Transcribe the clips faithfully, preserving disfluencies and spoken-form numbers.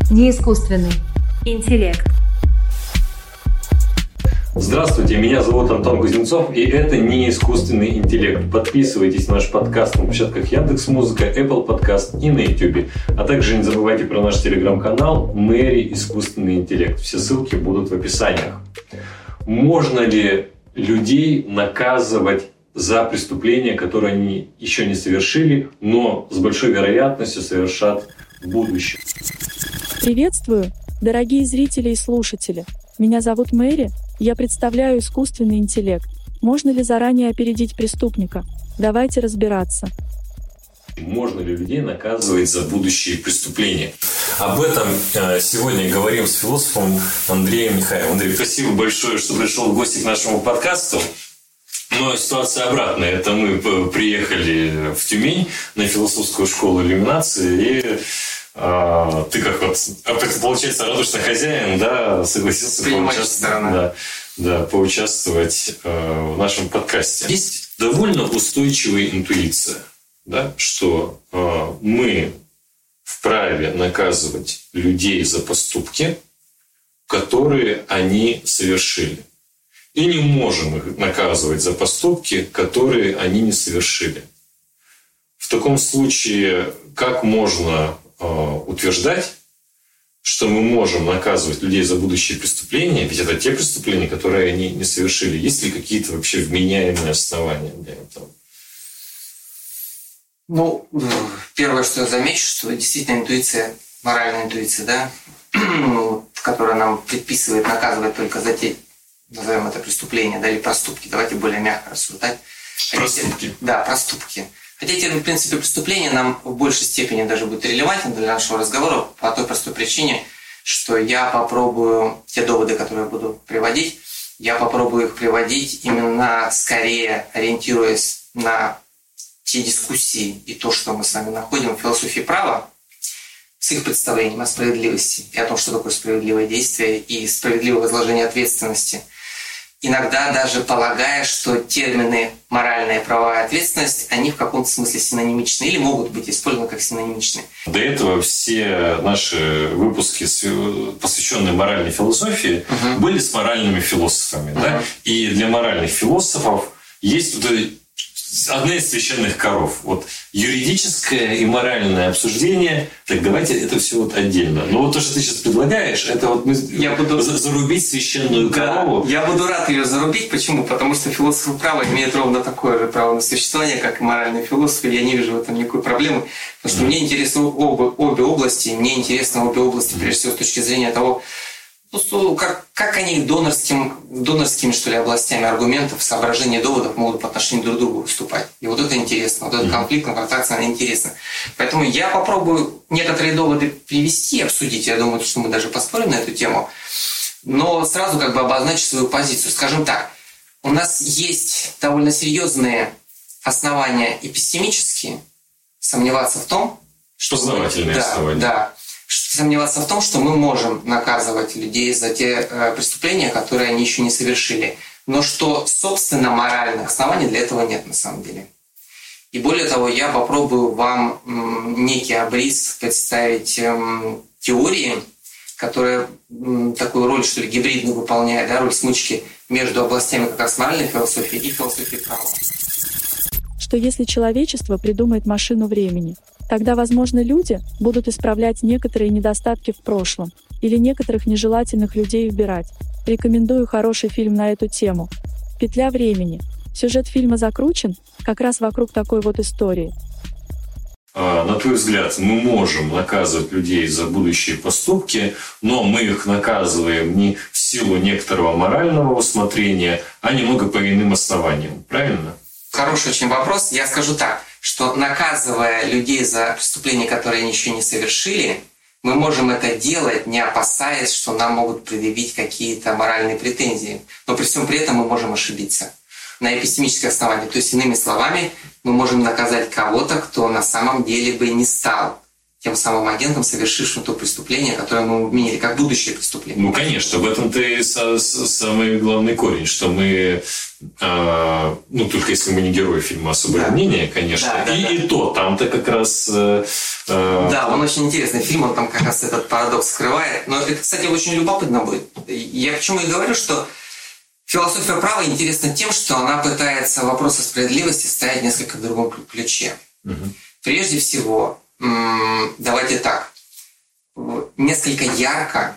не искусственный интеллект. Здравствуйте, меня зовут Антон Кузнецов, и это не искусственный интеллект. Подписывайтесь на наш подкаст на площадках Яндекс.Музыка, Apple Podcast и на YouTube. А также не забывайте про наш телеграм-канал «Мэри. Искусственный интеллект». Все ссылки будут в описаниях. Можно ли людей наказывать за преступления, которые они еще не совершили, но с большой вероятностью совершат в будущем? Приветствую, дорогие зрители и слушатели. Меня зовут Мэри. Я представляю искусственный интеллект. Можно ли заранее опередить преступника? Давайте разбираться. Можно ли людей наказывать за будущие преступления? Об этом сегодня говорим с философом Андреем Михаевым. Андрей, спасибо большое, что пришел в гости к нашему подкасту. Но ситуация обратная. Это мы приехали в Тюмень на философскую школу иллюминации, и а, ты как вот, получается, радушный хозяин, да, согласился поучаствовать, да, да, поучаствовать э, в нашем подкасте. Есть довольно устойчивая интуиция, да, что э, мы вправе наказывать людей за поступки, которые они совершили. И не можем их наказывать за поступки, которые они не совершили. В таком случае, как можно э, утверждать, что мы можем наказывать людей за будущие преступления, ведь это те преступления, которые они не совершили? Есть ли какие-то вообще вменяемые основания для этого? Ну, первое, что я замечу, что действительно интуиция, моральная интуиция, да, которая нам предписывает наказывать только за те, назовем это преступление, да, или проступки. Давайте более мягко рассуждать. Проступки. Да, проступки. Хотя термин, в принципе, преступление нам в большей степени даже будет релевантен для нашего разговора по той простой причине, что я попробую те доводы, которые я буду приводить, я попробую их приводить именно скорее ориентируясь на те дискуссии и то, что мы с вами находим в философии права, с их представлением о справедливости и о том, что такое справедливое действие и справедливое возложение ответственности. Иногда даже полагая, что термины «моральная и правовая ответственность», они в каком-то смысле синонимичны или могут быть использованы как синонимичны. До этого все наши выпуски, посвященные моральной философии, uh-huh. были с моральными философами. Uh-huh. Да? И для моральных философов есть вот одна из священных коров. Вот юридическое и моральное обсуждение, так давайте это все вот отдельно. Но вот то, что ты сейчас предлагаешь, это вот мы я буду... зарубить священную корову. Да, я буду рад ее зарубить. Почему? Потому что философы права имеют ровно такое же право на существование, как и моральные философы. Я не вижу в этом никакой проблемы. Потому что mm. мне интересны оба, обе области. Мне интересны обе области, прежде всего, с точки зрения того, ну, как, как они донорским, донорскими, что ли, областями аргументов, соображений, доводов могут по отношению друг к другу выступать. И вот это интересно. Вот этот конфликт, конфронтация, она интересна. Поэтому я попробую некоторые доводы привести, обсудить. Я думаю, что мы даже поспорим на эту тему. Но сразу как бы обозначить свою позицию. Скажем так, у нас есть довольно серьезные основания эпистемические сомневаться в том, что... Познавательные да, основания. Да. Сомневаться в том, что мы можем наказывать людей за те э, преступления, которые они еще не совершили. Но что, собственно, моральных оснований для этого нет на самом деле. И более того, я попробую вам м, некий обрис представить м, теории, которая м, такую роль, что ли, гибридную выполняет, да, роль смычки между областями как раз моральной философии и философии права. Что если человечество придумает машину времени, тогда, возможно, люди будут исправлять некоторые недостатки в прошлом или некоторых нежелательных людей убирать. Рекомендую хороший фильм на эту тему. «Петля времени». Сюжет фильма закручен как раз вокруг такой вот истории. А, на твой взгляд, мы можем наказывать людей за будущие поступки, но мы их наказываем не в силу некоторого морального усмотрения, а немного по иным основаниям. Правильно? Хороший очень вопрос. Я скажу так, что наказывая людей за преступления, которые они еще не совершили, мы можем это делать, не опасаясь, что нам могут предъявить какие-то моральные претензии. Но при всем при этом мы можем ошибиться на эпистемическое основание. То есть, иными словами, мы можем наказать кого-то, кто на самом деле бы не стал тем самым агентом, совершившим то преступление, которое мы вменили, как будущее преступление. Ну, конечно, в этом-то и самый главный корень, что мы, э, ну, только если мы не герои фильма «Особое да. мнение», конечно, да, да, и, да. и то, там-то как раз э, Да, он очень интересный фильм, он там как раз этот парадокс скрывает. Но это, кстати, очень любопытно будет. Я почему и говорю, что философия права интересна тем, что она пытается вопросы справедливости ставить несколько в другом ключе. Угу. Прежде всего, давайте так, несколько ярко,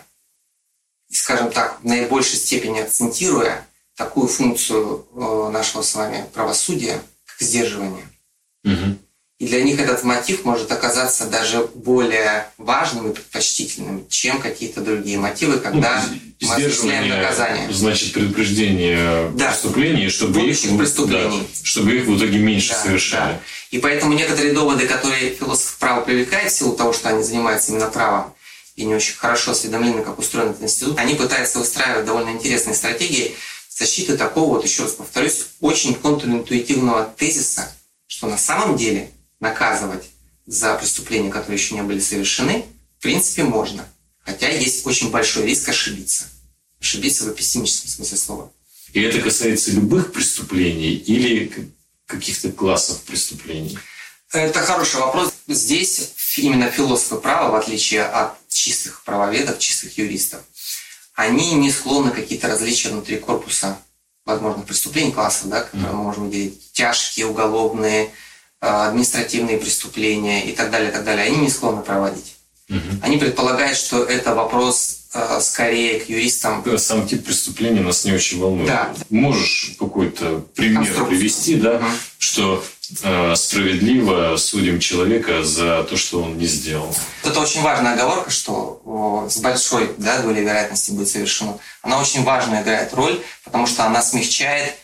скажем так, в наибольшей степени акцентируя такую функцию нашего с вами правосудия, как сдерживание. Угу. И для них этот мотив может оказаться даже более важным и предпочтительным, чем какие-то другие мотивы, когда ну, мы осуществляем наказание. Значит, предупреждение да. преступлений, чтобы их, преступлений. Да, чтобы их в итоге меньше да, совершали. Да. И поэтому некоторые доводы, которые философ права привлекает в силу того, что они занимаются именно правом и не очень хорошо осведомлены, как устроен этот институт, они пытаются выстраивать довольно интересные стратегии защиты такого, вот еще раз повторюсь, очень контринтуитивного тезиса, что на самом деле наказывать за преступления, которые еще не были совершены, в принципе, можно. Хотя есть очень большой риск ошибиться. Ошибиться в пессимистическом смысле слова. И это касается любых преступлений или каких-то классов преступлений? Это хороший вопрос. Здесь именно философы права, в отличие от чистых правоведов, чистых юристов, они не склонны какие-то различия внутри корпуса возможных преступлений классов, да, которые mm. мы можем выделить, тяжкие, уголовные, административные преступления и так далее, и так далее. Они не склонны проводить. Mm-hmm. Они предполагают, что это вопрос э, скорее к юристам. Сам тип преступления нас не очень волнует. Да. Можешь какой-то пример привести, да, mm-hmm. что э, справедливо судим человека за то, что он не сделал? Это очень важная оговорка, что о, с большой да, долей вероятности будет совершено. Она очень важную играет роль, потому что она смягчает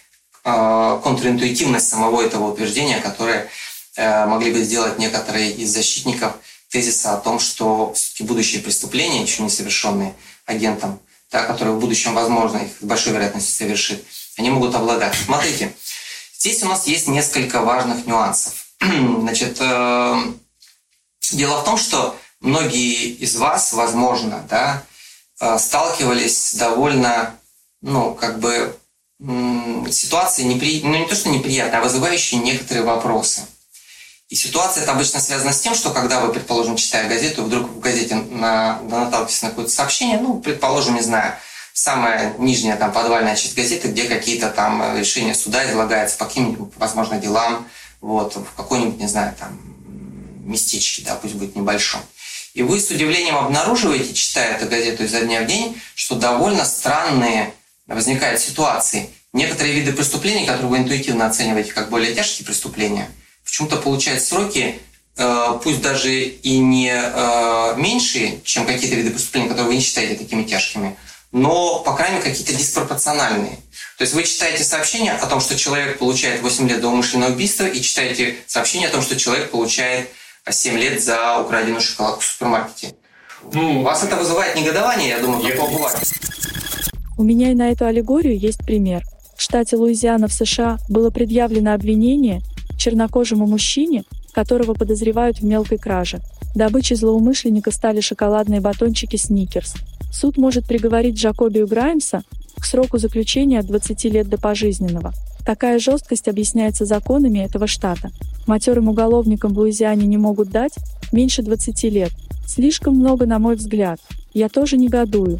э, контринтуитивность самого этого утверждения, которое э, могли бы сделать некоторые из защитников тезиса о том, что все-таки будущие преступления, еще не совершенные агентом, да, которые в будущем, возможно, их с большой вероятностью совершит, они могут обладать. Смотрите, здесь у нас есть несколько важных нюансов. Значит, э, дело в том, что многие из вас, возможно, да, э, сталкивались с довольно, ну, как бы, э, ситуацией, непри... ну, не то, что неприятной, а вызывающей некоторые вопросы. И ситуация это обычно связана с тем, что когда вы, предположим, читая газету, вдруг в газете на, наталкиваетесь на какое-то сообщение, ну, предположим, не знаю, самая нижняя там подвальная часть газеты, где какие-то там решения суда излагаются по каким-нибудь, возможно, делам, вот, в какой-нибудь, не знаю, там, местечке, да, пусть будет небольшом. И вы с удивлением обнаруживаете, читая эту газету изо дня в день, что довольно странные возникают ситуации. Некоторые виды преступлений, которые вы интуитивно оцениваете как более тяжкие преступления, почему-то получают сроки, э, пусть даже и не э, меньшие, чем какие-то виды преступлений, которые вы не считаете такими тяжкими, но, по крайней мере, какие-то диспропорциональные. То есть вы читаете сообщение о том, что человек получает восемь лет за умышленное убийство, и читаете сообщение о том, что человек получает семь лет за украденную шоколадку в супермаркете. Ну, у вас это вызывает негодование, я думаю, как побывать. У меня и на эту аллегорию есть пример. В штате Луизиана в США было предъявлено обвинение чернокожему мужчине, которого подозревают в мелкой краже. Добычей злоумышленника стали шоколадные батончики «Сникерс». Суд может приговорить Джакобию Граймса к сроку заключения от двадцати лет до пожизненного. Такая жесткость объясняется законами этого штата. Матерым уголовникам в Луизиане не могут дать меньше двадцати лет. Слишком много, на мой взгляд. Я тоже негодую.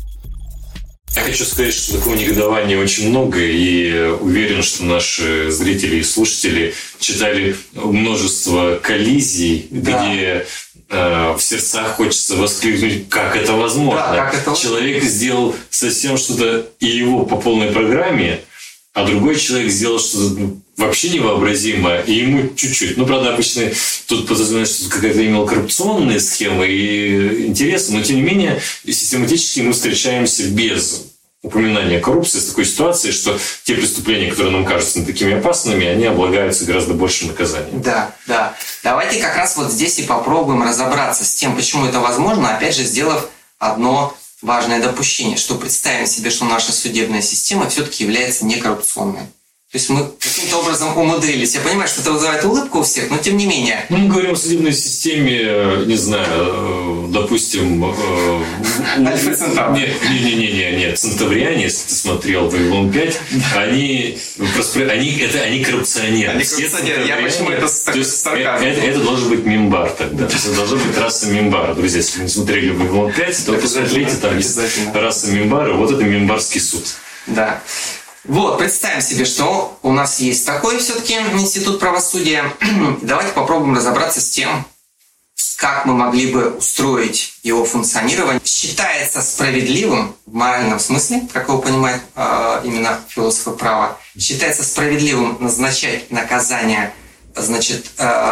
Я хочу сказать, что такого негодования очень много, и уверен, что наши зрители и слушатели читали множество коллизий, да. где э, в сердцах хочется воскликнуть, как это возможно. Да, как это... Человек сделал совсем что-то и его по полной программе, а другой человек сделал что-то ну, вообще невообразимое, и ему чуть-чуть. Ну, правда, обычно тут подразумевается, что тут какая-то имела коррупционная схема и интересы, но, тем не менее, систематически мы встречаемся без упоминания коррупции с такой ситуацией, что те преступления, которые нам кажутся такими опасными, они облагаются гораздо большим наказанием. Да, да. Давайте как раз вот здесь и попробуем разобраться с тем, почему это возможно, опять же, сделав одно важное допущение, что представим себе, что наша судебная система все-таки является некоррупционной. То есть мы каким-то образом умудрились. Я понимаю, что это вызывает улыбку у всех, но тем не менее. Ну, мы говорим о судебной системе, не знаю, допустим... Альфа Центавр. Нет, не, не, не, не, Центавриане, если ты смотрел «Вавилон пять», они, они, это, они коррупционеры. Они коррупционеры. Я почему это с сарказмом? Это, это должен быть Мимбар тогда. То есть это должна быть раса Мимбара. Друзья, если вы не смотрели «Вавилон пять», то посмотрите, там есть раса Мимбара, вот это Мимбарский суд. Да. Вот, представим себе, что у нас есть такой все-таки институт правосудия. Давайте попробуем разобраться с тем, как мы могли бы устроить его функционирование. Считается справедливым в моральном смысле, как его понимают э, именно философы права, считается справедливым назначать наказание, значит,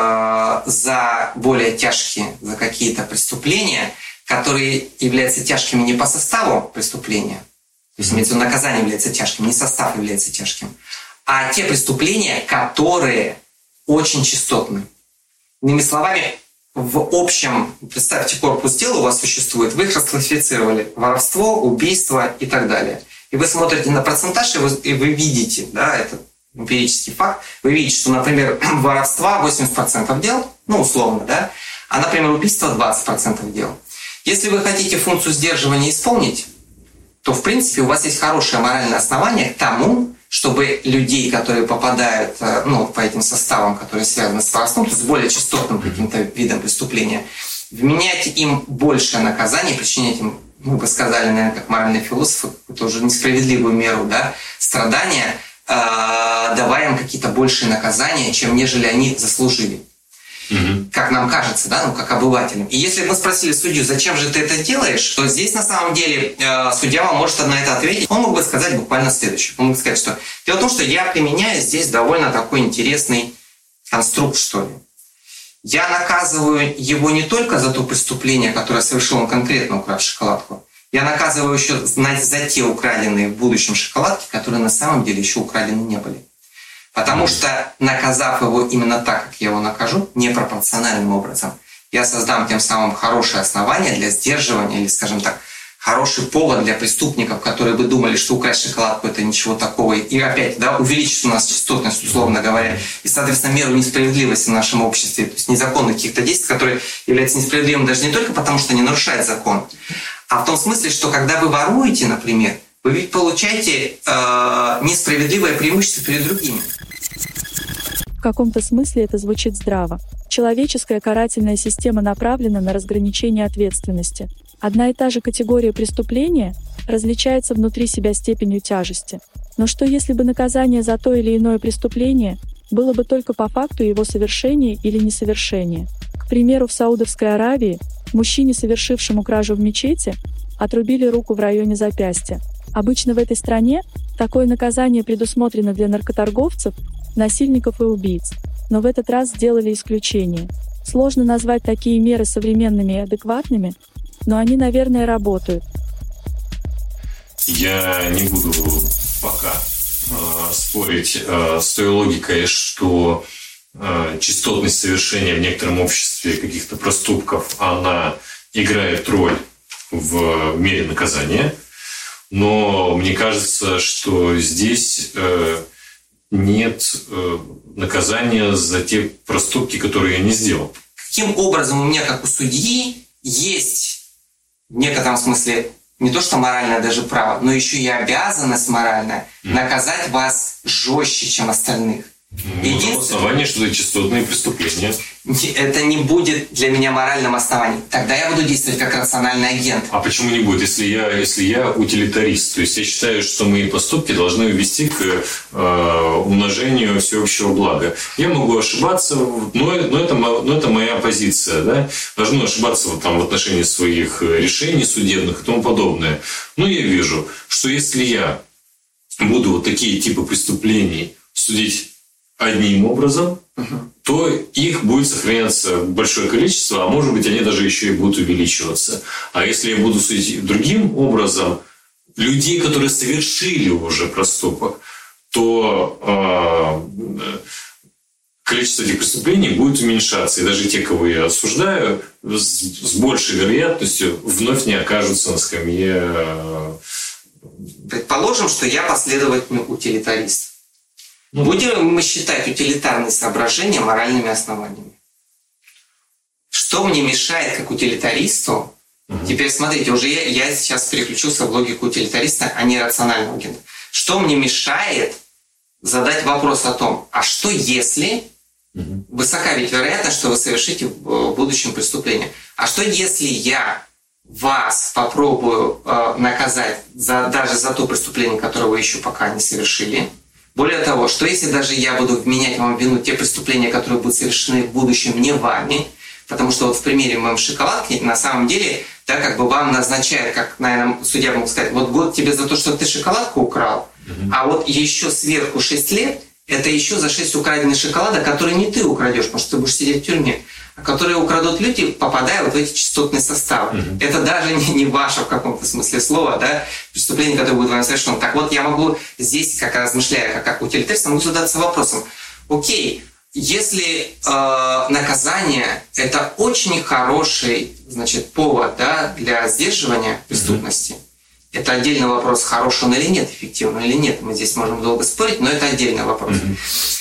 э, за более тяжкие, за какие-то преступления, которые являются тяжкими не по составу преступления, то есть, имеется в виду, наказание является тяжким, не состав является тяжким, а те преступления, которые очень частотны. Иными словами, в общем, представьте, корпус дел у вас существует, вы их расклассифицировали: воровство, убийство и так далее. И вы смотрите на процентаж, и вы, и вы видите, да, это эмпирический факт, вы видите, что, например, воровства восемьдесят процентов дел, ну, условно, да, а, например, убийство двадцать процентов дел. Если вы хотите функцию сдерживания исполнить, то, в принципе, у вас есть хорошее моральное основание к тому, чтобы людей, которые попадают, ну, по этим составам, которые связаны с воровством, то есть с более частотным каким-то видом преступления, вменять им большее наказание, причинять им, мы бы сказали, наверное, как моральные философы, какую-то уже несправедливую меру, да, страдания, э, давая им какие-то большие наказания, чем нежели они заслужили. Угу. Как нам кажется, да, ну, как обывателям. И если бы мы спросили судью, зачем же ты это делаешь, то здесь на самом деле э, судья вам может на это ответить. Он мог бы сказать буквально следующее. Он мог сказать, что дело в том, что я применяю здесь довольно такой интересный конструкт, что ли. Я наказываю его не только за то преступление, которое совершил он конкретно, украв шоколадку. Я наказываю еще за те украденные в будущем шоколадки, которые на самом деле еще украдены не были. Потому что, наказав его именно так, как я его накажу, непропорциональным образом, я создам тем самым хорошее основание для сдерживания, или, скажем так, хороший повод для преступников, которые бы думали, что украсть шоколадку – это ничего такого. И опять, да, увеличить у нас частотность, условно говоря, и, соответственно, меру несправедливости в нашем обществе, то есть незаконных каких-то действий, которые являются несправедливыми даже не только потому, что они нарушают закон, а в том смысле, что когда вы воруете, например, вы ведь получаете э, несправедливое преимущество перед другими. В каком-то смысле это звучит здраво. Человеческая карательная система направлена на разграничение ответственности. Одна и та же категория преступления различается внутри себя степенью тяжести. Но что если бы наказание за то или иное преступление было бы только по факту его совершения или несовершения? К примеру, в Саудовской Аравии мужчине, совершившему кражу в мечети, отрубили руку в районе запястья. Обычно в этой стране такое наказание предусмотрено для наркоторговцев, насильников и убийц. Но в этот раз сделали исключение. Сложно назвать такие меры современными и адекватными, но они, наверное, работают. Я не буду пока э, спорить э, с той логикой, что э, частотность совершения в некотором обществе каких-то проступков, она играет роль в мере наказания. Но мне кажется, что здесь э, нет э, наказания за те проступки, которые я не сделал. Каким образом у меня, как у судьи, есть в некотором смысле не то что моральное даже право, но еще и обязанность моральная mm. наказать вас жестче, чем остальных. Ну, на основании, что это частотные преступления. Это не будет для меня моральным основанием. Тогда я буду действовать как рациональный агент. А почему не будет, если я, если я утилитарист? То есть я считаю, что мои поступки должны вести к э, умножению всеобщего блага. Я могу ошибаться, но, но, это, но это моя позиция. Да? Должны ошибаться вот, там, в отношении своих решений судебных и тому подобное. Но я вижу, что если я буду вот такие типы преступлений судить одним образом, uh-huh. то их будет сохраняться большое количество, а может быть, они даже еще и будут увеличиваться. А если я буду судить другим образом людей, которые совершили уже проступок, то э, количество этих преступлений будет уменьшаться. И даже те, кого я осуждаю, с, с большей вероятностью вновь не окажутся на скамье. Э... Предположим, что я последовательный утилитарист. Ну, будем мы считать утилитарные соображения моральными основаниями. Что мне мешает как утилитаристу? Угу. Теперь смотрите, уже я, я сейчас переключился в логику утилитариста, а не рационального агента. Что мне мешает задать вопрос о том, а что если... Угу. Высока ведь вероятность, что вы совершите в будущем преступление. А что если я вас попробую э, наказать за, даже за то преступление, которое вы еще пока не совершили? Более того, что если даже я буду вменять вам в вину те преступления, которые будут совершены в будущем не вами? Потому что вот в примере моем шоколадки на самом деле, да, как бы вам назначают, как, наверное, судья мог сказать, вот год тебе за то, что ты шоколадку украл, угу. а вот еще сверху шесть лет, это еще за шесть украденных шоколада, которые не ты украдешь, потому что ты будешь сидеть в тюрьме, а которые украдут люди, попадая вот в эти частотные составы. Mm-hmm. Это даже не, не ваше в каком-то смысле слова, да, преступление, которое будет вами совершено. Так вот, я могу здесь, как размышляя, как, как утилитарист, могу задаться вопросом. Окей, если э, наказание – это очень хороший, значит, повод, да, для сдерживания преступности, mm-hmm. это отдельный вопрос, хороший он или нет, эффективный или нет. Мы здесь можем долго спорить, но это отдельный вопрос. Mm-hmm.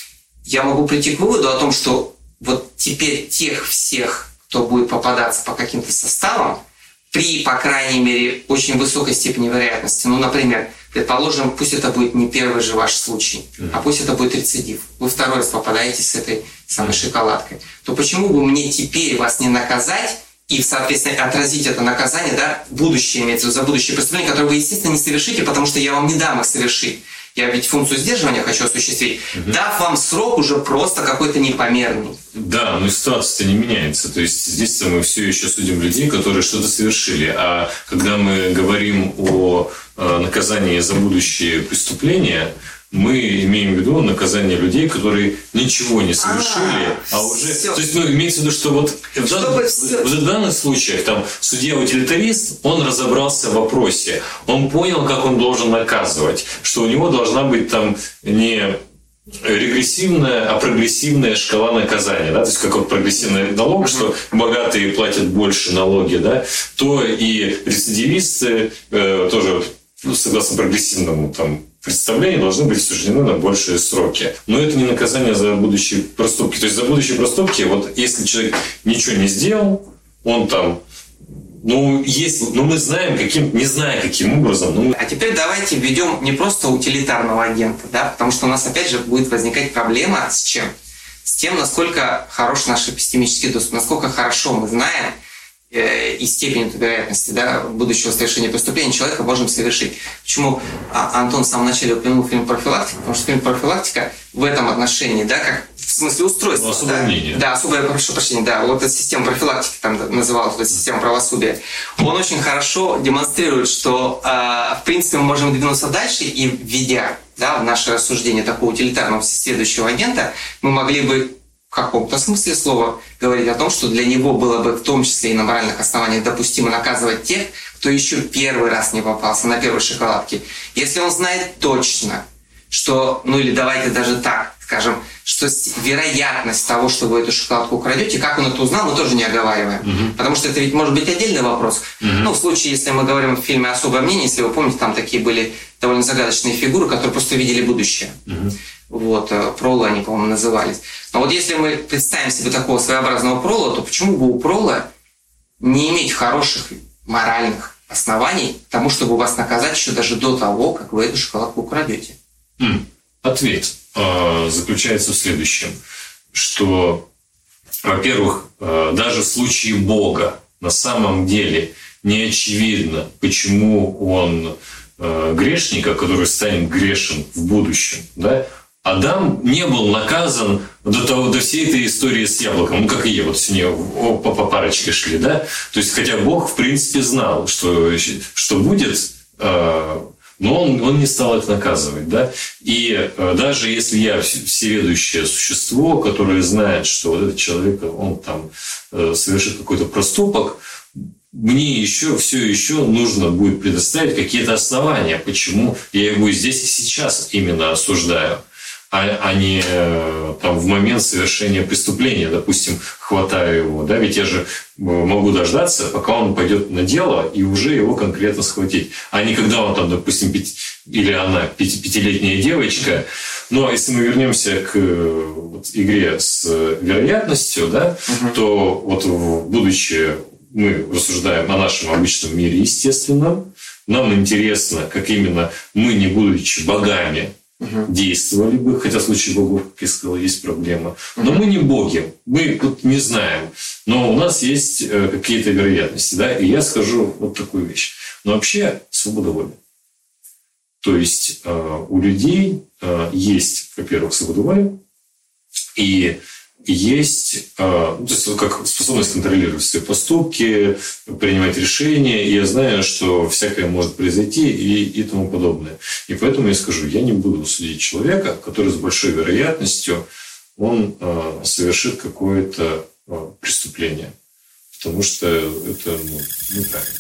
Я могу прийти к выводу о том, что вот теперь тех всех, кто будет попадаться по каким-то составам, при, по крайней мере, очень высокой степени вероятности, ну, например, предположим, пусть это будет не первый же ваш случай, mm-hmm. а пусть это будет рецидив, вы второй раз попадаете с этой самой mm-hmm. шоколадкой, то почему бы мне теперь вас не наказать и, соответственно, отразить это наказание, да, будущее, имеется в виду, за будущее преступление, которое вы, естественно, не совершите, потому что я вам не дам их совершить. Я ведь функцию сдерживания хочу осуществить, угу. дав вам срок уже просто какой-то непомерный. Да, но ситуация-то не меняется. То есть здесь мы все еще судим людей, которые что-то совершили. А когда мы говорим о наказании за будущие преступления, мы имеем в виду наказание людей, которые ничего не совершили, а, а уже... Всё. То есть, ну, имеется в виду, что вот в, дан... в данных случаях там судья-утилитарист, он разобрался в вопросе, он понял, как он должен наказывать, что у него должна быть там не регрессивная, а прогрессивная шкала наказания, да, то есть как вот прогрессивный налог, mm-hmm. что богатые платят больше налоги, да, то и рецидивисты э, тоже, ну, согласно прогрессивному там представления, должны быть осуждены на большие сроки. Но это не наказание за будущие проступки. То есть за будущие проступки, вот если человек ничего не сделал, он там, ну, есть, ну, мы знаем, каким, не зная каким образом. Ну... А теперь давайте введем не просто утилитарного агента, да, потому что у нас опять же будет возникать проблема с чем? С тем, насколько хорош наш эпистемический доступ, насколько хорошо мы знаем и степень вероятности, да, будущего совершения преступления человека можем совершить. Почему Антон в самом начале упомянул фильм «Профилактика»? Потому что фильм «Профилактика» в этом отношении, да, как в смысле устройства. Ну, особое да, мнение. Да, особое, прошу прощения, да, вот эта система профилактики там называлась, вот эта система правосудия. Он очень хорошо демонстрирует, что, э, в принципе, мы можем двинуться дальше и, введя, да, в наше рассуждение такого утилитарного следующего агента, мы могли бы в каком-то смысле слова говорить о том, что для него было бы в том числе и на моральных основаниях допустимо наказывать тех, кто еще первый раз не попался на первой шоколадке. Если он знает точно, что, ну или давайте даже так скажем, что вероятность того, что вы эту шоколадку украдете, как он это узнал, мы тоже не оговариваем. Uh-huh. Потому что это ведь может быть отдельный вопрос. Uh-huh. Ну, в случае, если мы говорим в фильме «Особое мнение», если вы помните, там такие были довольно загадочные фигуры, которые просто видели будущее. Uh-huh. Вот, пролы они, по-моему, назывались. Но вот если мы представим себе такого своеобразного прола, то почему бы у прола не иметь хороших моральных оснований к тому, чтобы вас наказать еще даже до того, как вы эту шоколадку украдете? Mm. Ответ э, заключается в следующем, что, во-первых, э, даже в случае Бога на самом деле не очевидно, почему он э, грешника, который станет грешен в будущем, да? Адам не был наказан до, того, до всей этой истории с яблоком, ну, как и я, вот с нее по, по парочке шли, да? То есть, хотя Бог, в принципе, знал, что, что будет, э, но он, он не стал их наказывать, да? И э, даже если я всеведущее существо, которое знает, что вот этот человек, он там э, совершит какой-то проступок, мне еще, все еще нужно будет предоставить какие-то основания, почему я его здесь и сейчас именно осуждаю. а, а не там, в момент совершения преступления, допустим, хватаю его. Да? Ведь я же могу дождаться, пока он пойдет на дело, и уже его конкретно схватить. А не когда он там, допустим, пяти, или она пяти, пятилетняя девочка. Но если мы вернемся к вот, игре с вероятностью, да, угу. то вот будучи мы рассуждаем о нашем обычном мире естественном, нам интересно, как именно мы, не будучи богами, угу. действовали бы, хотя в случае богов, как я сказал, есть проблема. Но угу. мы не боги, мы тут не знаем, но у нас есть какие-то вероятности, да, и я скажу вот такую вещь. Но вообще свобода воли. То есть у людей есть, во-первых, свобода воли, и есть то есть, как способность контролировать свои поступки, принимать решения. И я знаю, что всякое может произойти и, и тому подобное. И поэтому я скажу, я не буду судить человека, который с большой вероятностью он совершит какое-то преступление. Потому что это ну, неправильно.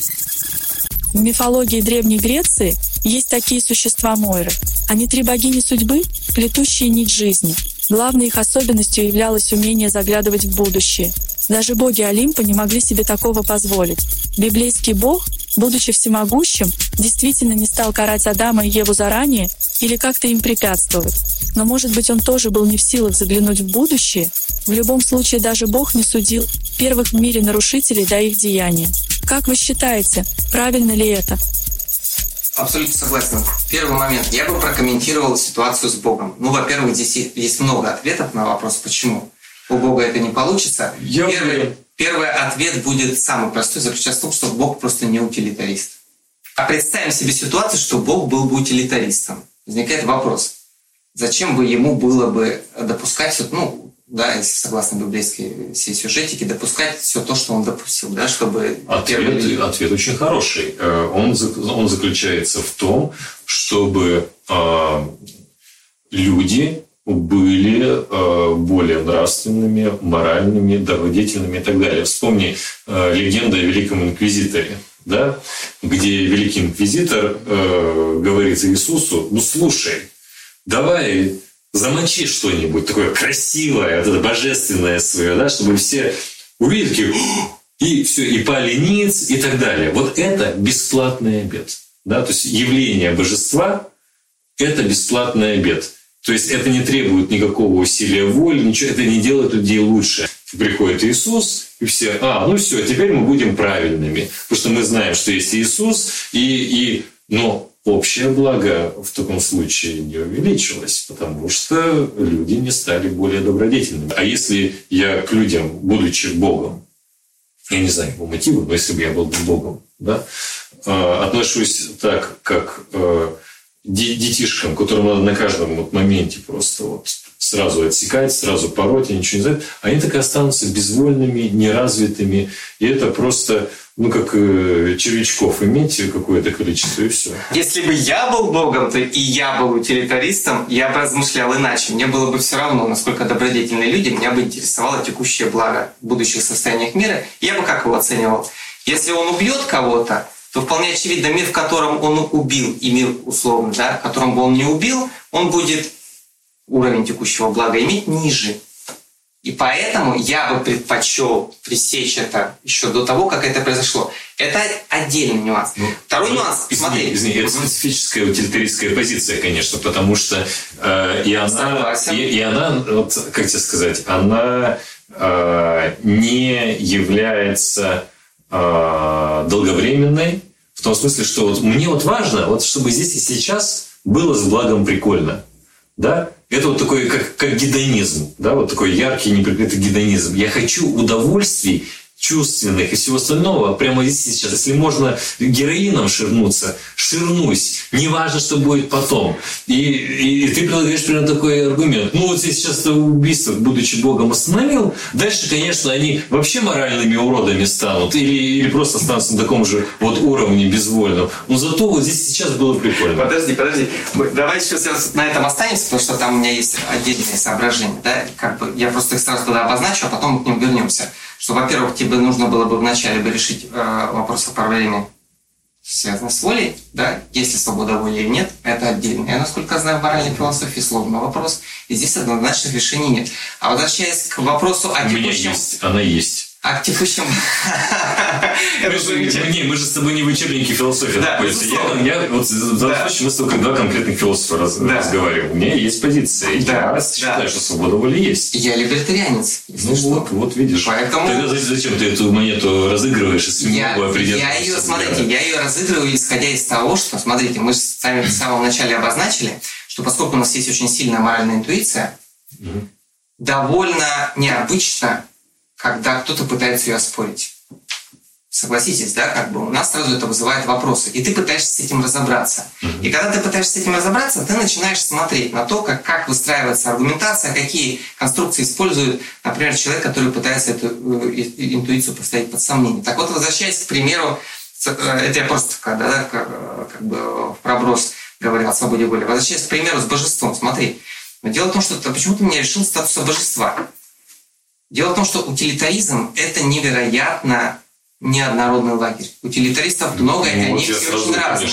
В мифологии Древней Греции есть такие существа Мойры. Они три богини судьбы, плетущие нить жизни. Главной их особенностью являлось умение заглядывать в будущее. Даже боги Олимпа не могли себе такого позволить. Библейский бог, будучи всемогущим, действительно не стал карать Адама и Еву заранее или как-то им препятствовать. Но, может быть, он тоже был не в силах заглянуть в будущее? В любом случае, даже Бог не судил первых в мире нарушителей до их деяния. Как вы считаете, правильно ли это? Абсолютно согласен. Первый момент. Я бы прокомментировал ситуацию с Богом. Ну, во-первых, здесь есть много ответов на вопрос, почему у Бога это не получится. Я первый, первый ответ будет самый простой, заключается в том, что Бог просто не утилитарист. А представим себе ситуацию, что Бог был бы утилитаристом. Возникает вопрос. Зачем бы ему было бы допускать, ну, да, если согласно библейской всей сюжетике, допускать все то, что он допустил, да, чтобы... Ответ, люди... ответ очень хороший. Он, он заключается в том, чтобы э, люди были э, более нравственными, моральными, добродетельными и так далее. Вспомни э, легенду о Великом Инквизиторе, да, где Великий Инквизитор э, говорит Иисусу: ну слушай, давай... замочи что-нибудь такое красивое, вот это божественное свое, да, чтобы все увидели, такие, и все, и пали ниц, и так далее. Вот это бесплатный обет. Да? То есть явление божества – это бесплатный обет. То есть это не требует никакого усилия воли, ничего, это не делает людей лучше. Приходит Иисус, и все, а, ну все, теперь мы будем правильными. Потому что мы знаем, что есть Иисус, и, и но общее благо в таком случае не увеличилось, потому что люди не стали более добродетельными. А если я к людям, будучи Богом, я не знаю его мотивы, но если бы я был Богом, да, отношусь так, как детишкам, которым надо на каждом вот моменте просто вот сразу отсекать, сразу пороть, они ничего не знают, они так и останутся безвольными, неразвитыми, и это просто... Ну, как э, червячков иметь какое-то количество, и все. Если бы я был Богом, то и я был утилитаристом, я бы размышлял иначе. Мне было бы все равно, насколько добродетельные люди, меня бы интересовало текущее благо в будущих состояниях мира. Я бы как его оценивал? Если он убьет кого-то, то вполне очевидно, мир, в котором он убил, и мир условно, да, в котором бы он не убил, он будет уровень текущего блага иметь ниже. И поэтому я бы предпочел пресечь это еще до того, как это произошло. Это отдельный нюанс. Ну, Второй ну, нюанс. Извини, смотри. Извини, это специфическая утилитаристская позиция, конечно, потому что э, и она, и, и она, вот, как тебе сказать, она э, не является э, долговременной в том смысле, что вот мне вот важно, вот, чтобы здесь и сейчас было с благом прикольно, да? Это вот такой, как, как гедонизм, да, вот такой яркий, неприкрытый гедонизм. Я хочу удовольствий чувственных и всего остального прямо здесь и сейчас. Если можно героином ширнуться, ширнусь. Неважно, что будет потом. И, и, и ты предлагаешь примерно такой аргумент. Ну, вот если сейчас это убийство, будучи Богом, остановил, дальше, конечно, они вообще моральными уродами станут. Или, или просто останутся на таком же вот уровне безвольном. Но зато вот здесь сейчас было прикольно. Подожди, подожди. Давай сейчас на этом останемся, потому что там у меня есть отдельные соображения. Да? Как бы я просто их сразу туда обозначу, а потом мы к ним вернемся. Что, во-первых, тебе нужно было бы вначале бы решить э, вопрос о проблеме связано с волей, да, есть ли свобода воли или нет, это отдельно. Я, насколько знаю, в моральной философии сложный вопрос, и здесь однозначных решений нет. А возвращаясь к вопросу о текущем... У меня есть, она есть. А к текущем... Мы же с тобой не в учебнике философии находимся. Я вот в данном случае мы с тобой два конкретных философа разговариваем. У меня есть позиция. Я считаю, что свобода воли есть. Я либертарианец. Ну вот, вот видишь. Тогда зачем ты эту монету разыгрываешь, если не могу определить? Я ее, смотрите, я ее разыгрываю, исходя из того, что, смотрите, мы же с вами в самом начале обозначили, что поскольку у нас есть очень сильная моральная интуиция, довольно необычно, когда кто-то пытается ее оспорить. Согласитесь, да, как бы у нас сразу это вызывает вопросы. И ты пытаешься с этим разобраться. Mm-hmm. И когда ты пытаешься с этим разобраться, ты начинаешь смотреть на то, как, как выстраивается аргументация, какие конструкции использует, например, человек, который пытается эту интуицию поставить под сомнение. Так вот, возвращаясь к примеру, это я просто когда, да, как, как бы в проброс говорил о свободе воли. Возвращаясь к примеру с божеством, смотри. Но дело в том, что почему-то меня лишил статуса божества. Дело в том, что утилитаризм – это невероятно неоднородный лагерь. Утилитаристов много, ну, и они все очень разные.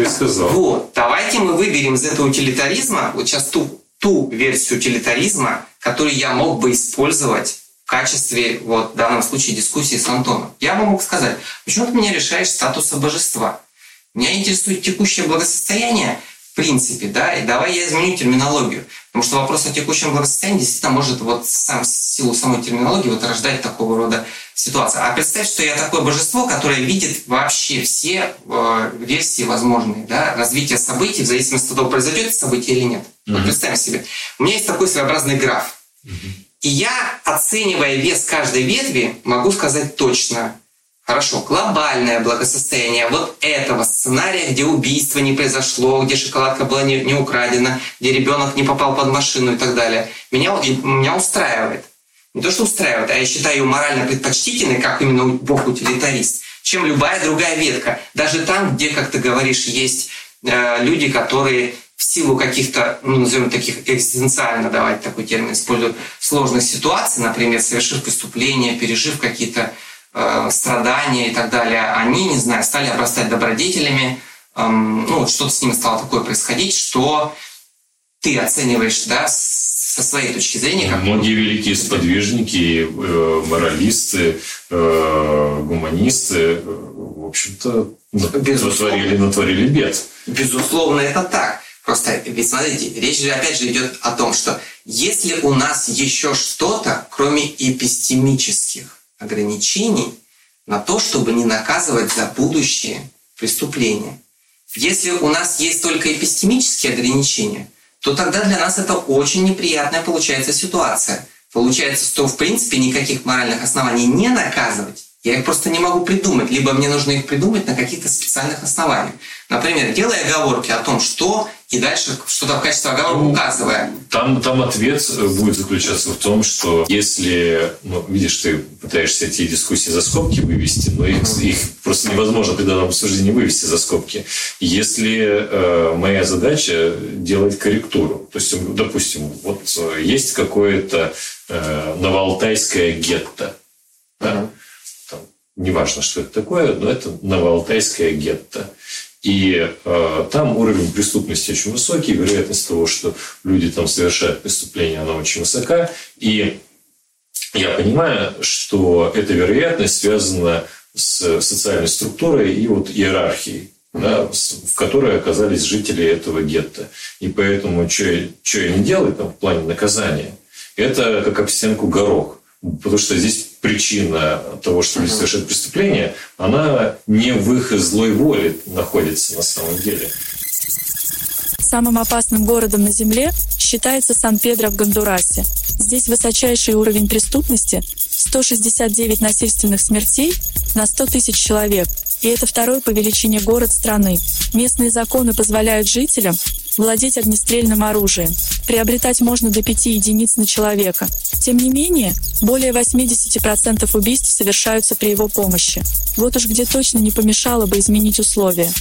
Вот, давайте мы выберем из этого утилитаризма, вот сейчас ту, ту версию утилитаризма, которую я мог бы использовать в качестве, вот, в данном случае, дискуссии с Антоном. Я бы мог сказать, почему ты меня лишаешь статуса божества? Меня интересует текущее благосостояние, в принципе, да, и давай я изменю терминологию. Потому что вопрос о текущем благосостоянии действительно может вот сам, в силу самой терминологии вот рождать такого рода ситуации. А представь, что я такое божество, которое видит вообще все э, версии возможные, да, развития событий, в зависимости от того, произойдет событие или нет. Mm-hmm. Вот представим себе. У меня есть такой своеобразный граф. Mm-hmm. И я, оценивая вес каждой ветви, могу сказать точно, хорошо, глобальное благосостояние вот этого сценария, где убийство не произошло, где шоколадка была не, не украдена, где ребенок не попал под машину и так далее, меня, меня устраивает. Не то, что устраивает, а я считаю ее морально предпочтительной, как именно Бог-утилитарист, чем любая другая ветка. Даже там, где, как ты говоришь, есть э, люди, которые в силу каких-то, ну, назовем таких экзистенциально, давайте такой термин использую, сложных ситуаций, например, совершив преступления, пережив какие-то страдания и так далее, они, не знаю, стали обрастать добродетелями, эм, ну, что-то с ними стало такое происходить, что ты оцениваешь, да, со своей точки зрения. Как... Многие великие сподвижники, э, моралисты, э, гуманисты, э, в общем-то, натворили, натворили бед. Безусловно, это так. Просто, ведь смотрите, речь же опять же идет о том, что если у нас еще что-то, кроме эпистемических ограничений на то, чтобы не наказывать за будущие преступления. Если у нас есть только эпистемические ограничения, то тогда для нас это очень неприятная получается ситуация. Получается, что в принципе никаких моральных оснований не наказывать. Я их просто не могу придумать, либо мне нужно их придумать на каких-то специальных основаниях. Например, делая оговорки о том, что, и дальше что-то в качестве оговорок указывая. Там, там ответ будет заключаться в том, что если, ну, видишь, ты пытаешься эти дискуссии за скобки вывести, но их, их просто невозможно при данном обсуждении вывести за скобки. Если э, моя задача делать корректуру, то есть, допустим, вот есть какое-то э, новоалтайское гетто, да? Неважно, что это такое, но это новоалтайское гетто. И э, там уровень преступности очень высокий, вероятность того, что люди там совершают преступления, она очень высока. И я понимаю, что эта вероятность связана с социальной структурой и вот иерархией, да, в которой оказались жители этого гетто. И поэтому, что я, что я не делаю там, в плане наказания, это как об стенку горох. Потому что здесь причина того, что люди совершают преступление, она не в их злой воле находится на самом деле. Самым опасным городом на Земле считается Сан-Педро в Гондурасе. Здесь высочайший уровень преступности – сто шестьдесят девять насильственных смертей на сто тысяч человек, и это второй по величине город страны. Местные законы позволяют жителям владеть огнестрельным оружием. Приобретать можно до пяти единиц на человека. Тем не менее, более восемьдесят процентов убийств совершаются при его помощи. Вот уж где точно не помешало бы изменить условия.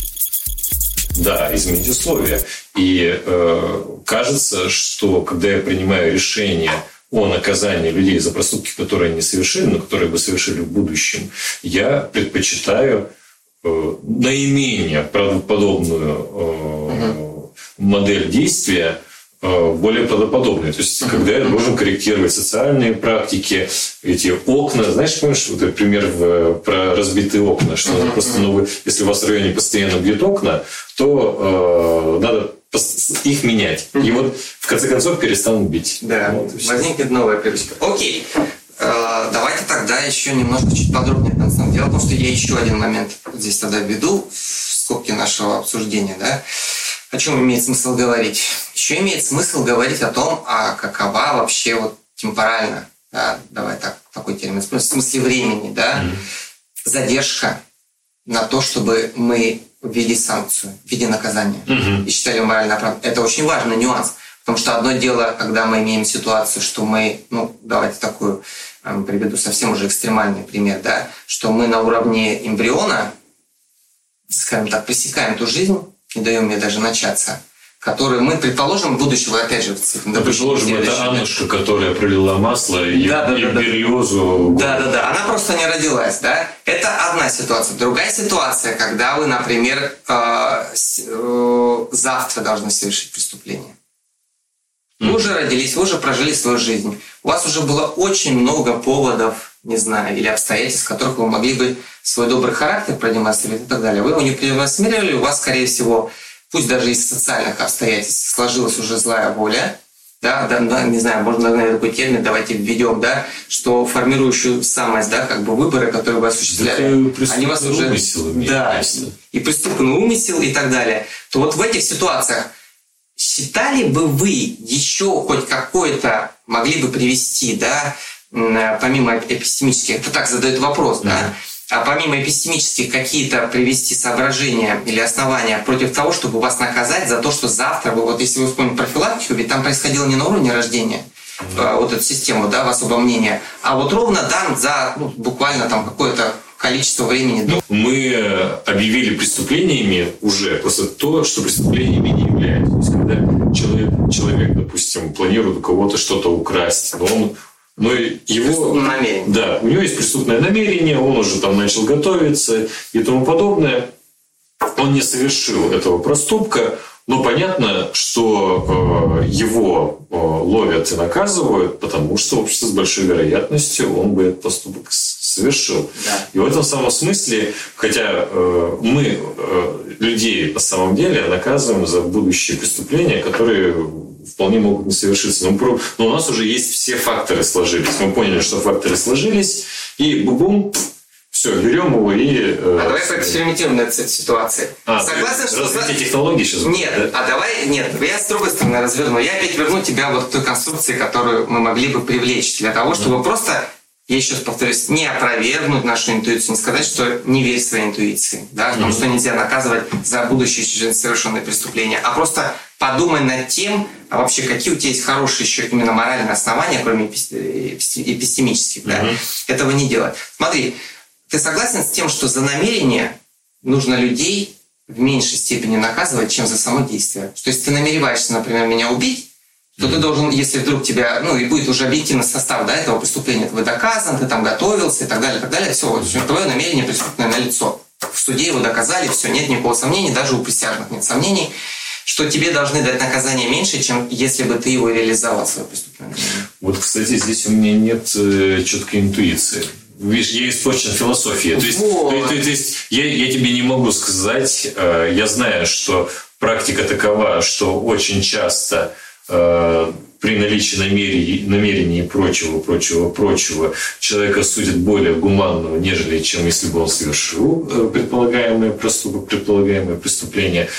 Да, изменить условия. И э, кажется, что когда я принимаю решение о наказании людей за проступки, которые они совершили, но которые бы совершили в будущем, я предпочитаю э, наименее правдоподобную э, угу. модель действия более правдоподобные. То есть, uh-huh. когда я должен корректировать социальные практики, эти окна. Знаешь, помнишь, вот этот пример в, про разбитые окна, что uh-huh. просто, ну, вы, если у вас в районе постоянно бьют окна, то э, надо их менять. Uh-huh. И вот, в конце концов, перестанут бить. Да, вот, возникнет новая привычка. Окей. Э, давайте тогда еще немножко чуть подробнее. Дело в том, что я еще один момент здесь тогда введу в скобки нашего обсуждения, да. О чем имеет смысл говорить? Еще имеет смысл говорить о том, а какова вообще вот темпорально, да, давай так, такой термин, в смысле времени, да, mm-hmm. задержка на то, чтобы мы ввели санкцию в виде наказания mm-hmm. и считали морально оправданным. Это очень важный нюанс, потому что одно дело, когда мы имеем ситуацию, что мы, ну, давайте такую э, приведу совсем уже экстремальный пример, да, что мы на уровне эмбриона, скажем так, пресекаем ту жизнь, не даем мне даже начаться, которые мы, предположим, будущего, опять же, да, предположим, это Аннушка, которая пролила масло и, да, да, и да, березу. Да, да, да, она просто не родилась, да. Это одна ситуация. Другая ситуация, когда вы, например, э, э, завтра должны совершить преступление. Вы mm. уже родились, вы уже прожили свою жизнь. У вас уже было очень много поводов, не знаю, или обстоятельств, в которых вы могли бы свой добрый характер продемонстрировать и так далее. Вы его не продемонстрировали, у вас, скорее всего, пусть даже из социальных обстоятельств сложилась уже злая воля, да, да, да, не знаю, можно, наверное, такой термин давайте введем, да, что формирующую самость, да, как бы выборы, которые вы осуществляли, они вас уже... Умысел, да, и преступный умысел и так далее. То вот в этих ситуациях считали бы вы еще хоть какое-то могли бы привести, да, помимо эпистемических, это так задает вопрос, да, да, а помимо эпистемических какие-то привести соображения или основания против того, чтобы вас наказать за то, что завтра вы, вот если вы вспомните профилактику, ведь там происходило не на уровне рождения, да. вот эту систему, да, в особом мнении, а вот ровно там за, ну, буквально там какое-то количество времени. Ну, мы объявили преступлениями уже просто то, что преступлениями не является. То есть, когда человек, человек, допустим, планирует у кого-то что-то украсть, но он Но его, да, у него есть преступное намерение, он уже там начал готовиться и тому подобное. Он не совершил этого проступка, но понятно, что э, его э, ловят и наказывают, потому что общество с большой вероятностью он бы этот поступок совершил. Да. И в этом самом смысле, хотя э, мы э, людей на самом деле наказываем за будущие преступления, которые вполне могут не совершиться. Но, но у нас уже есть все факторы сложились. Мы поняли, что факторы сложились, и бум-бум, все, берем его и... Э, а давай поэкспериментируем над этой ситуацией. А, Согласен, что... Развитие технологий сейчас... Нет, да? а давай... Нет, я с другой стороны разверну. Я опять верну тебя вот к той конструкции, которую мы могли бы привлечь для того, чтобы mm-hmm. просто... Я еще раз повторюсь, не опровергнуть нашу интуицию, не сказать, что не верь своей интуиции, да, потому mm-hmm. что нельзя наказывать за будущие совершенные преступления, а просто подумай над тем, а вообще какие у тебя есть хорошие еще именно моральные основания, кроме эпистемических, да, mm-hmm. этого не делать. Смотри, ты согласен с тем, что за намерение нужно людей в меньшей степени наказывать, чем за само действие? Что если ты намереваешься, например, меня убить, то ты должен, если вдруг тебя, ну и будет уже объективный состав, да, этого преступления, ты доказан, ты там готовился и так далее, и так далее, все, твое намерение преступное налицо. В суде его доказали, все, нет никакого сомнения, даже у присяжных нет сомнений, что тебе должны дать наказание меньше, чем если бы ты его реализовал, свое преступное намерение. Вот, кстати, здесь у меня нет э, четкой интуиции. Видишь, я испорчен философией. То есть, вот. то, то, то есть я, я тебе не могу сказать, э, я знаю, что практика такова, что очень часто при наличии намерений, намерений и прочего, прочего, прочего человека судят более гуманного, нежели чем если бы он совершил предполагаемое проступок, предполагаемое преступление.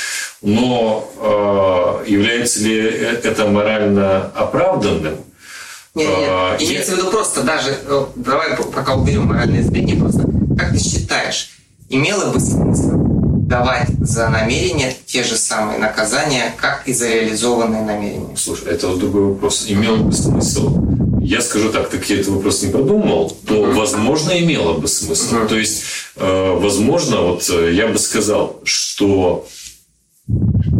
Но э, является ли это морально оправданным? Нет, нет, а, имеется я... в виду просто даже, давай пока уберем моральные изменения, просто как ты считаешь, имело бы смысл давать за намерения те же самые наказания, как и за реализованные намерения? Слушай, это вот другой вопрос. Имел бы смысл? Я скажу так, так я этот вопрос не продумал, то, uh-huh. возможно, имело бы смысл. Uh-huh. То есть, э, возможно, вот я бы сказал, что э,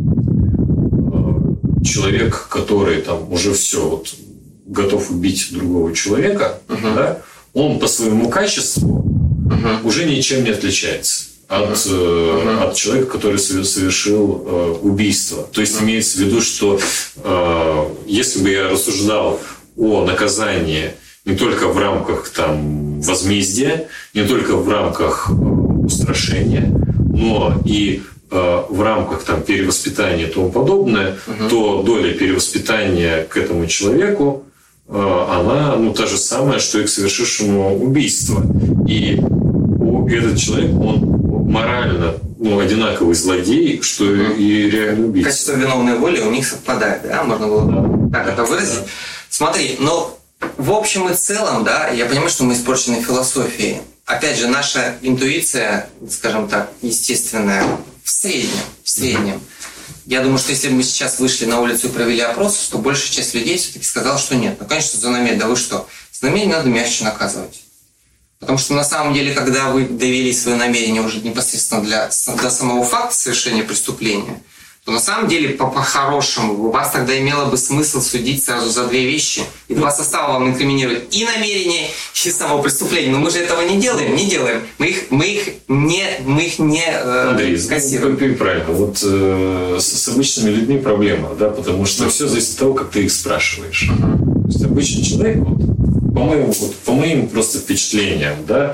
человек, который там уже все вот, готов убить другого человека, uh-huh. да, он по своему качеству uh-huh. уже ничем не отличается от, uh-huh. от человека, который совершил э, убийство. То есть uh-huh. имеется в виду, что э, если бы я рассуждал о наказании не только в рамках там, возмездия, не только в рамках устрашения, но и э, в рамках там, перевоспитания и тому подобное, uh-huh. то доля перевоспитания к этому человеку, э, она ну, та же самая, что и к совершившему убийство. И этот человек, он морально ну, одинаковый злодей, что uh-huh. и реальный убийца. Качество виновной воли у них совпадает, да? Можно было бы так да. это выразить. Да. Смотри, но в общем и целом, да, я понимаю, что мы испорчены философией. Опять же, наша интуиция, скажем так, естественная, в среднем, в среднем. Mm-hmm. Я думаю, что если бы мы сейчас вышли на улицу и провели опрос, то большая часть людей все-таки сказала, что нет. Ну, конечно, за намерение, да вы что? За намерение надо мягче наказывать. Потому что на самом деле, когда вы довели свое намерение уже непосредственно для, до самого факта совершения преступления, то на самом деле, по-хорошему, у вас тогда имело бы смысл судить сразу за две вещи. И два состава вам инкриминируют и намерение, и само преступление. Но мы же этого не делаем, не делаем. Мы их, мы их не, мы их не э, Андрей, кассируем. Ну, правильно. Вот э, с, с обычными людьми проблема, да, потому что mm-hmm. все зависит от того, как ты их спрашиваешь. Mm-hmm. То есть обычный человек, вот, по моим, вот, по моим просто впечатлениям, да,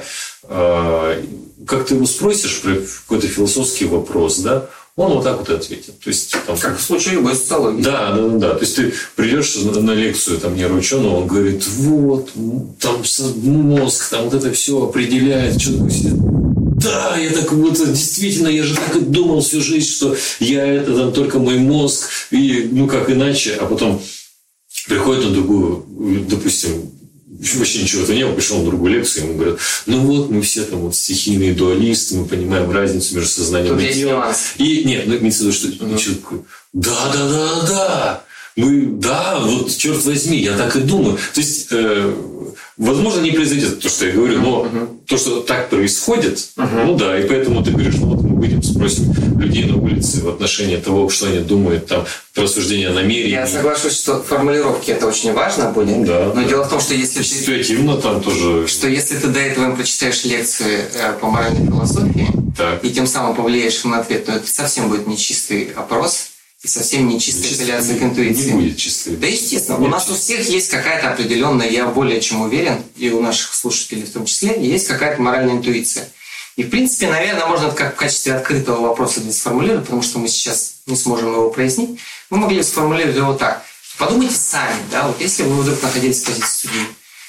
э, как ты его спросишь про какой-то философский вопрос, да, он вот так вот и ответит. То есть, там, как в случае любой социологии. Да, да, да. То есть ты придешь на, на лекцию там, нейроученого, он говорит, вот, там мозг, там вот это все определяет. Что такое сидит? Да, я так вот, действительно, я же так и думал всю жизнь, что я это там только мой мозг, и ну как иначе, а потом приходит на другую, допустим, вообще ничего-то не было, пришел на другую лекцию, ему говорят, ну вот, мы все там вот стихийные дуалисты, мы понимаем разницу между сознанием и телом. И нет, ну, имеется в виду, что uh-huh. человек такой, да, да, да, да, мы, да, вот, черт возьми, я так и думаю. То есть, э, возможно, не произойдет то, что я говорю, но uh-huh. то, что так происходит, uh-huh. ну да, и поэтому ты говоришь, ну вот мы выйдем, спросим людей на улице в отношении того, что они думают, там, рассуждения о намерении. Я соглашусь, что формулировки это очень важно будет, ну, да, но да. дело в том, что если ты... Ситуативно там тоже... Что если ты до этого им прочитаешь лекции по моральной философии, так. и тем самым повлияешь на ответ, то это совсем будет нечистый опрос, и совсем нечистая апелляция к интуиции. Не будет чистой. Да, естественно. Нет, у нас чистой. У всех есть какая-то определенная, я более чем уверен, и у наших слушателей в том числе, есть какая-то моральная интуиция. И, в принципе, наверное, можно это как в качестве открытого вопроса здесь сформулировать, потому что мы сейчас не сможем его прояснить. Мы могли сформулировать его так. Подумайте сами, да, вот если вы вдруг находились в позиции судьи,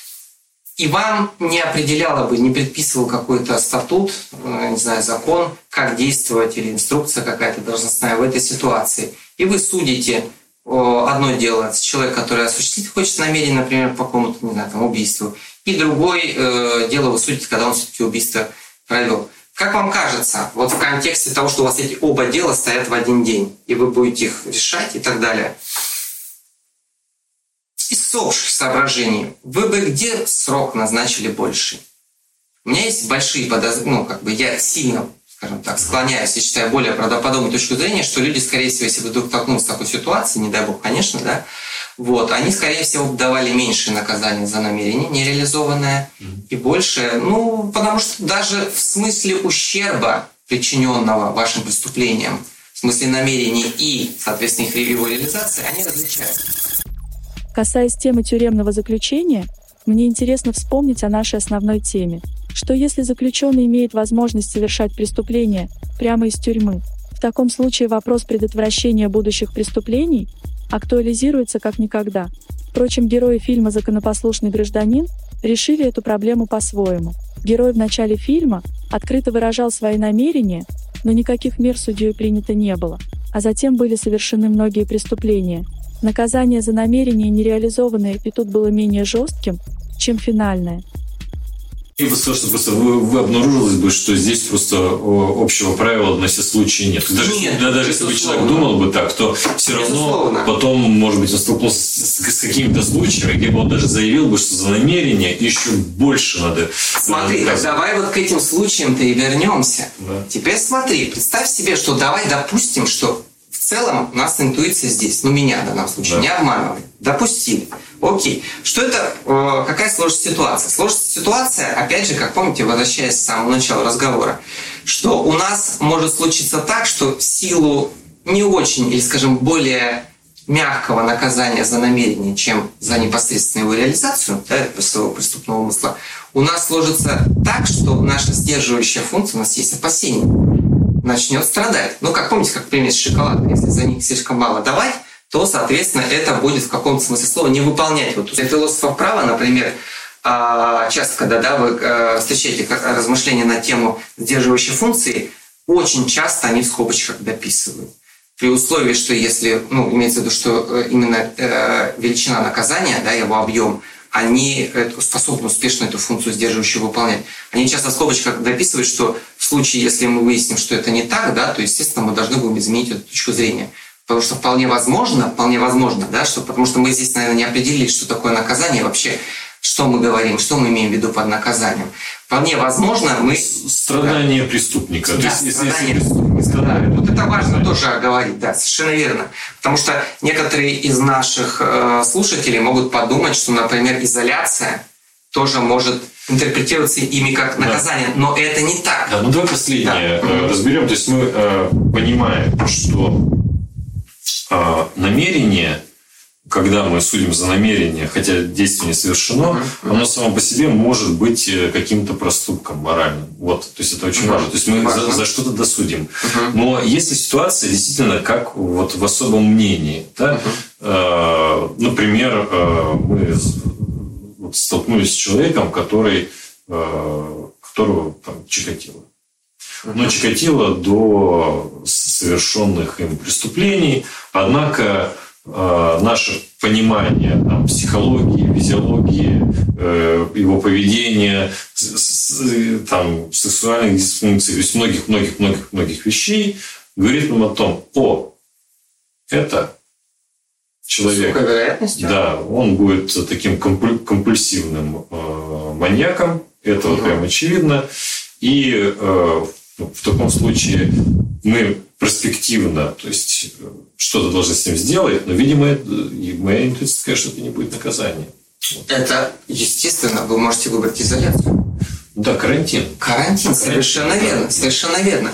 и вам не определяло бы, не предписывал какой-то статут, не знаю, закон, как действовать, или инструкция какая-то должностная в этой ситуации, и вы судите одно дело с человеком, который осуществить хочет намерение, например, по какому-то, не знаю, там, убийству, и другое э, дело вы судите, когда он все-таки убийство провел. Как вам кажется, вот в контексте того, что у вас эти оба дела стоят в один день, и вы будете их решать и так далее, из общих соображений, вы бы где срок назначили больше? У меня есть большие подозрения, ну, как бы я сильно, скажем так, склоняюсь и считаю более правдоподобной точку зрения, что люди, скорее всего, если бы вдруг столкнулись с такой ситуацией, не дай бог, конечно, да, вот, они, скорее всего, давали меньшее наказание за намерение нереализованное mm-hmm. и больше, ну, потому что даже в смысле ущерба, причиненного вашим преступлением, в смысле намерений и, соответственно, их его реализации, они различаются. Касаясь темы тюремного заключения, мне интересно вспомнить о нашей основной теме, что если заключенный имеет возможность совершать преступления прямо из тюрьмы, в таком случае вопрос предотвращения будущих преступлений актуализируется как никогда. Впрочем, герои фильма «Законопослушный гражданин» решили эту проблему по-своему. Герой в начале фильма открыто выражал свои намерения, но никаких мер судьей принято не было, а затем были совершены многие преступления. Наказание за намерение нереализованное и тут было менее жестким, чем финальное. И просто, что просто вы, вы обнаружилось бы, что здесь просто общего правила на все случаи нет. Даже, нет, да, даже если бы человек думал бы так, то все равно безусловно. Потом, может быть, он столкнулся с, с, с какими-то случаями, где бы он даже заявил бы, что за намерение еще больше надо. Смотри, так давай вот к этим случаям-то и вернемся. Да. Теперь смотри, представь себе, что давай допустим, что в целом у нас интуиция здесь, ну меня в данном случае, да. не обманывай. Допустили. Окей. Что это, какая сложится ситуация? Сложится ситуация, опять же, как помните, возвращаясь с самого начала разговора, что у нас может случиться так, что в силу не очень, или, скажем, более мягкого наказания за намерение, чем за непосредственную его реализацию, да, своего преступного умысла, у нас сложится так, что наша сдерживающая функция, у нас есть опасение, начнет страдать. Ну, как помните, как пример с шоколадом, если за них слишком мало давать, то, соответственно, это будет в каком-то смысле слова не выполнять. Вот для философов права, например, часто, когда да, вы встречаете размышления на тему сдерживающей функции, очень часто они в скобочках дописывают. При условии, что если, ну, имеется в виду, что именно э, величина наказания, да, его объем, они способны успешно эту функцию сдерживающую выполнять. Они часто в скобочках дописывают, что в случае, если мы выясним, что это не так, да, то, естественно, мы должны будем изменить эту точку зрения. Потому что вполне возможно, вполне возможно, да, что, потому что мы здесь, наверное, не определили, что такое наказание вообще, что мы говорим, что мы имеем в виду под наказанием. Вполне возможно, мы... Страдание да. преступника. Да, то есть, страдание если... преступника. Да. Вот это важно тоже оговорить, да, совершенно верно. Потому что некоторые из наших э, слушателей могут подумать, что, например, изоляция тоже может интерпретироваться ими как наказание, да. но это не так. Да, ну давай последнее да. э, разберем. То есть мы э, понимаем, что э, намерение, когда мы судим за намерение, хотя действие не совершено, uh-huh, uh-huh. оно само по себе может быть каким-то проступком моральным. Вот, то есть это очень uh-huh. важно. То есть мы за, за что-то досудим. Uh-huh. Но если ситуация действительно как вот в особом мнении, да, uh-huh. э, например, э, мы вот столкнулись с человеком, который, э, которого там чикатило. Uh-huh. Но чикатило до совершенных им преступлений, однако наше понимание там, психологии, физиологии, э, его поведения, с, с, там, сексуальных дисфункций, то есть многих-многих-многих-многих вещей, говорит нам о том, о, это человек, да, он будет таким компульсивным э, маньяком, это вот прям очевидно, и э, в таком случае мы перспективно, то есть что-то должны с ним сделать, но, видимо, моя интуиция такая, что это не будет наказание. Вот. Это, естественно, вы можете выбрать изоляцию. Да, карантин. Карантин, совершенно карантин. верно, совершенно верно.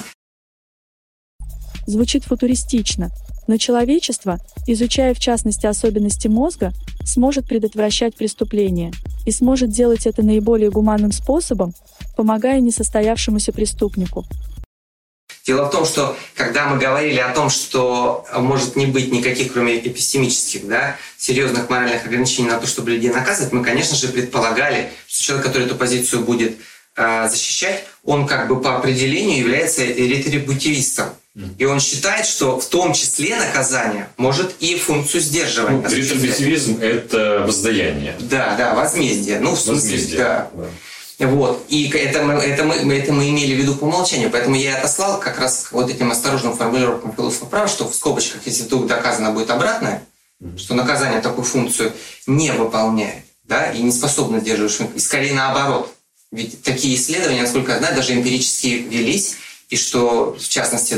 Звучит футуристично, но человечество, изучая в частности особенности мозга, сможет предотвращать преступления и сможет делать это наиболее гуманным способом, помогая несостоявшемуся преступнику. Дело в том, что когда мы говорили о том, что может не быть никаких, кроме эпистемических, да, серьезных моральных ограничений на то, чтобы людей наказывать, мы, конечно же, предполагали, что человек, который эту позицию будет э, защищать, он как бы по определению является ретрибутивистом. И он считает, что в том числе наказание может и функцию сдерживать. Ну, ретрибутивизм – это воздаяние. Да, да, возмездие. Ну, в смысле, возмездие, да. да. Вот. И это мы, это, мы, это мы имели в виду по умолчанию. Поэтому я отослал как раз вот этим осторожным формулировкам философа права, что в скобочках, если вдруг доказано будет обратное, mm-hmm. что наказание такую функцию не выполняет, да, и не способно сдерживать функцию, и скорее наоборот. Ведь такие исследования, насколько я знаю, даже эмпирически велись, и что, в частности,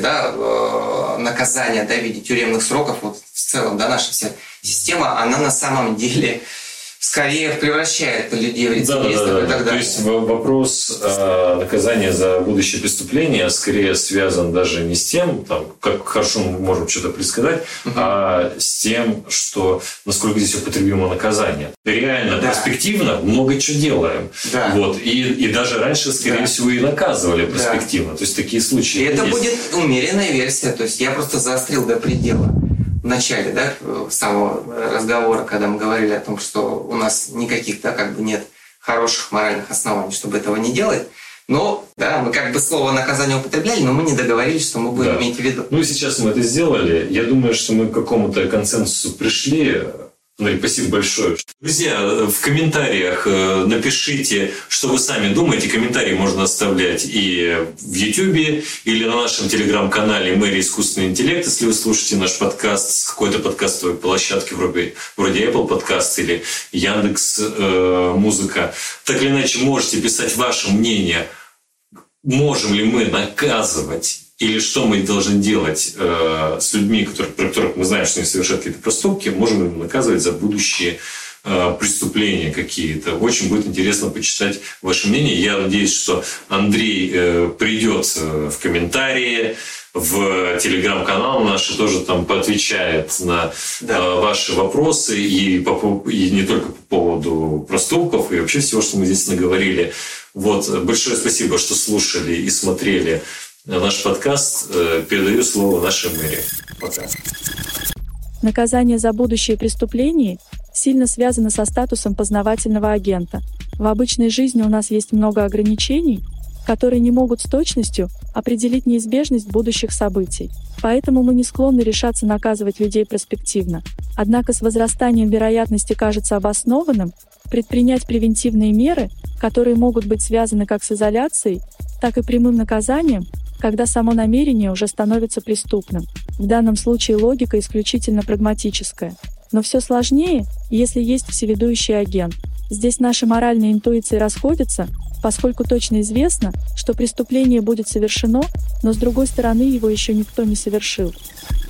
да, наказание, да, в виде тюремных сроков, вот в целом, да, наша вся система, она на самом деле скорее превращает людей в рецидивистов, да, да, да, и так далее. То есть вопрос э, наказания за будущее преступление скорее связан даже не с тем, там, как хорошо мы можем что-то предсказать, uh-huh. а с тем, что насколько здесь употребимо наказание. Реально, да. перспективно много чего делаем. Да. Вот, и, и даже раньше, скорее да. всего, и наказывали перспективно. Да. То есть такие случаи. И это есть. Будет умеренная версия. То есть я просто заострил до предела. В начале, да, самого разговора, когда мы говорили о том, что у нас никаких, да, как бы нет хороших моральных оснований, чтобы этого не делать. Но, да, мы как бы слово наказание употребляли, но мы не договорились, что мы будем да. иметь в виду. Ну и сейчас мы это сделали. Я думаю, что мы к какому-то консенсусу пришли. Андрей, спасибо большое. Друзья, в комментариях напишите, что вы сами думаете. Комментарии можно оставлять и в Ютубе, или на нашем телеграм-канале «Мэрия Искусственный интеллект», если вы слушаете наш подкаст с какой-то подкастовой площадки вроде, вроде Apple Podcast или Яндекс э, Музыка. Так или иначе, можете писать ваше мнение, можем ли мы наказывать или что мы должны делать э, с людьми, которые, про которых мы знаем, что они совершают какие-то проступки, можем ли мы наказывать за будущие э, преступления какие-то. Очень будет интересно почитать ваше мнение. Я надеюсь, что Андрей э, придет в комментарии, в телеграм-канал наш и тоже там поотвечает на да. э, ваши вопросы и, по, и не только по поводу проступков и вообще всего, что мы здесь наговорили. Вот. Большое спасибо, что слушали и смотрели наш подкаст. Э, передаю слово нашей мэре. Пока. Наказание за будущие преступления сильно связано со статусом познавательного агента. В обычной жизни у нас есть много ограничений, которые не могут с точностью определить неизбежность будущих событий. Поэтому мы не склонны решаться наказывать людей проспективно. Однако с возрастанием вероятности кажется обоснованным предпринять превентивные меры, которые могут быть связаны как с изоляцией, так и прямым наказанием, когда само намерение уже становится преступным. В данном случае логика исключительно прагматическая. Но все сложнее, если есть всеведущий агент. Здесь наши моральные интуиции расходятся, поскольку точно известно, что преступление будет совершено, но с другой стороны его еще никто не совершил.